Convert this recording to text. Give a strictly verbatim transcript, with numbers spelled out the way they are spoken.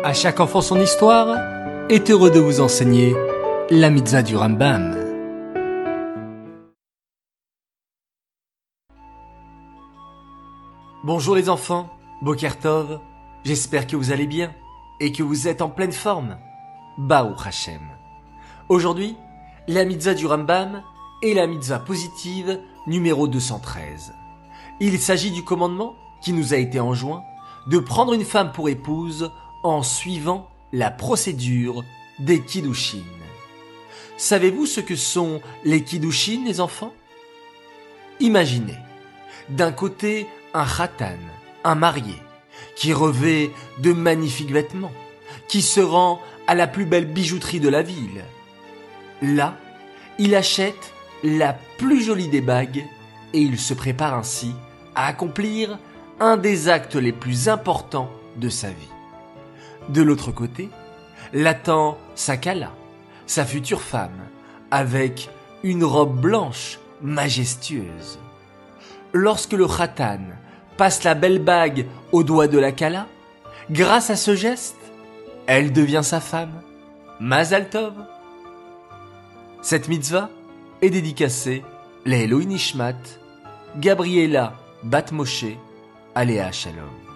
À chaque enfant son histoire est heureux de vous enseigner la mitzvah du Rambam. Bonjour les enfants, Boker Tov, j'espère que vous allez bien et que vous êtes en pleine forme. Baruch Hashem. Aujourd'hui, la mitzvah du Rambam est la mitzvah positive numéro deux cent treize. Il s'agit du commandement qui nous a été enjoint de prendre une femme pour épouse en suivant la procédure des Kiddushin. Savez-vous ce que sont les Kiddushin, les enfants? Imaginez, d'un côté, un khatan, un marié, qui revêt de magnifiques vêtements, qui se rend à la plus belle bijouterie de la ville. Là, il achète la plus jolie des bagues et il se prépare ainsi à accomplir un des actes les plus importants de sa vie. De l'autre côté, l'attend sa kala, sa future femme, avec une robe blanche majestueuse. Lorsque le khatan passe la belle bague au doigt de la kala, grâce à ce geste, elle devient sa femme. Mazal Tov. Cette mitzvah est dédicacée Le'Elohim Nishmat, Gabriela Bat Moshe, Aléa Shalom.